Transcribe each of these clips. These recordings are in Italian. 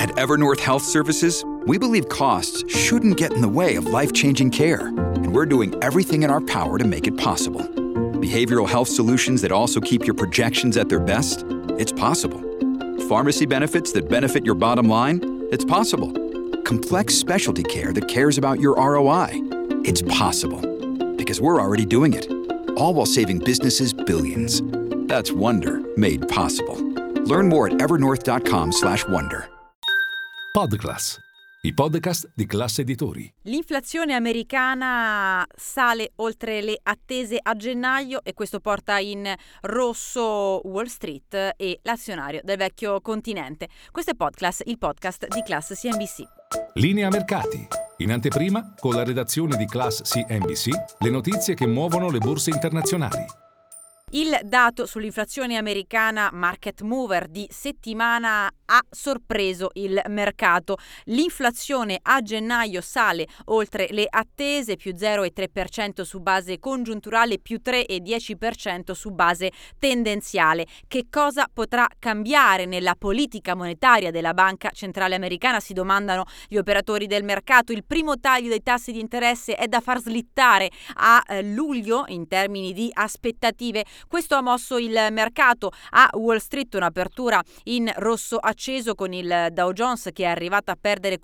At Evernorth Health Services, we believe costs shouldn't get in the way of life-changing care, and we're doing everything in our power to make it possible. Behavioral health solutions that also keep your projections at their best? It's possible. Pharmacy benefits that benefit your bottom line? It's possible. Complex specialty care that cares about your ROI? It's possible. Because we're already doing it. All while saving businesses billions. That's Wonder made possible. Learn more at evernorth.com/wonder. Podclass, i podcast di Class Editori. L'inflazione americana sale oltre le attese a gennaio e questo porta in rosso Wall Street e l'azionario del vecchio continente. Questo è Podclass, il podcast di Class CNBC. Linea mercati. In anteprima, con la redazione di Class CNBC, le notizie che muovono le borse internazionali. Il dato sull'inflazione americana market mover di settimana ha sorpreso il mercato. L'inflazione a gennaio sale oltre le attese, più 0,3% su base congiunturale, più 3,10% su base tendenziale. Che cosa potrà cambiare nella politica monetaria della Banca Centrale Americana? Si domandano gli operatori del mercato. Il primo taglio dei tassi di interesse è da far slittare a luglio in termini di aspettative. Questo ha mosso il mercato. A Wall Street un'apertura in rosso acceso con il Dow Jones che è arrivato a perdere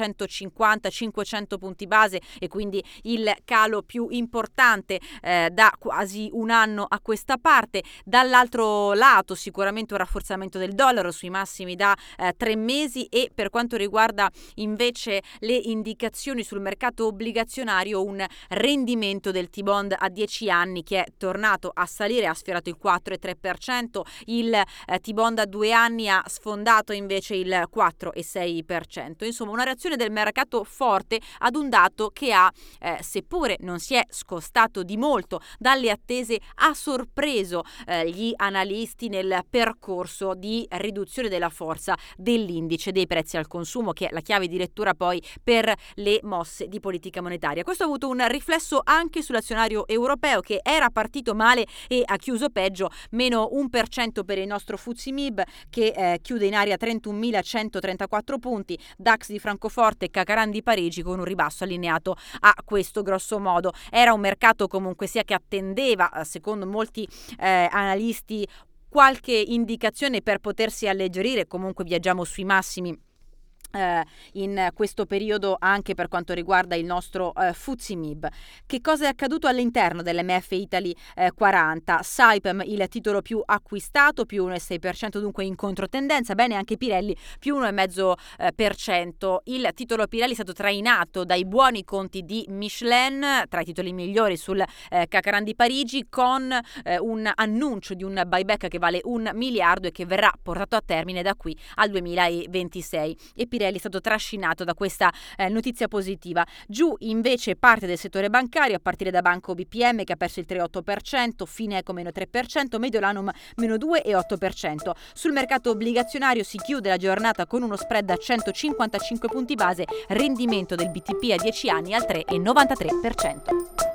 450-500 punti base e quindi il calo più importante da quasi un anno a questa parte. Dall'altro lato sicuramente un rafforzamento del dollaro sui massimi da 3 mesi e per quanto riguarda invece le indicazioni sul mercato obbligazionario un rendimento del T-bond a 10 anni che è tornato a salire, ha sfiorato il 4,3%, il T-bond a 2 anni ha sfondato invece il 4,6%. Insomma, una reazione del mercato forte ad un dato che ha, seppure non si è scostato di molto dalle attese, ha sorpreso gli analisti nel percorso di riduzione della forza dell'indice dei prezzi al consumo, che è la chiave di lettura poi per le mosse di politica monetaria. Questo ha avuto un riflesso anche sull'azionario europeo che era partito male e ha chiuso peggio, meno 1% per il nostro FTSE MIB che chiude in area 31.134 punti, DAX di Francoforte e CAC di Parigi con un ribasso allineato a questo grosso modo. Era un mercato comunque sia che attendeva, secondo molti analisti, qualche indicazione per potersi alleggerire. Comunque viaggiamo sui massimi in questo periodo anche per quanto riguarda il nostro FTSE MIB. Che cosa è accaduto all'interno dell'MF Italy 40? Saipem il titolo più acquistato, più 1,6%, dunque in controtendenza. Bene anche Pirelli, più 1,5%. Il titolo Pirelli è stato trainato dai buoni conti di Michelin, tra i titoli migliori sul CAC di Parigi, con un annuncio di un buyback che vale 1 miliardo e che verrà portato a termine da qui al 2026. E Pirelli è stato trascinato da questa notizia positiva. Giù invece parte del settore bancario, a partire da Banco BPM che ha perso il 3,8%, Fineco meno 3%, Mediolanum meno 2,8%. Sul mercato obbligazionario si chiude la giornata con uno spread a 155 punti base, rendimento del BTP a 10 anni al 3,93%.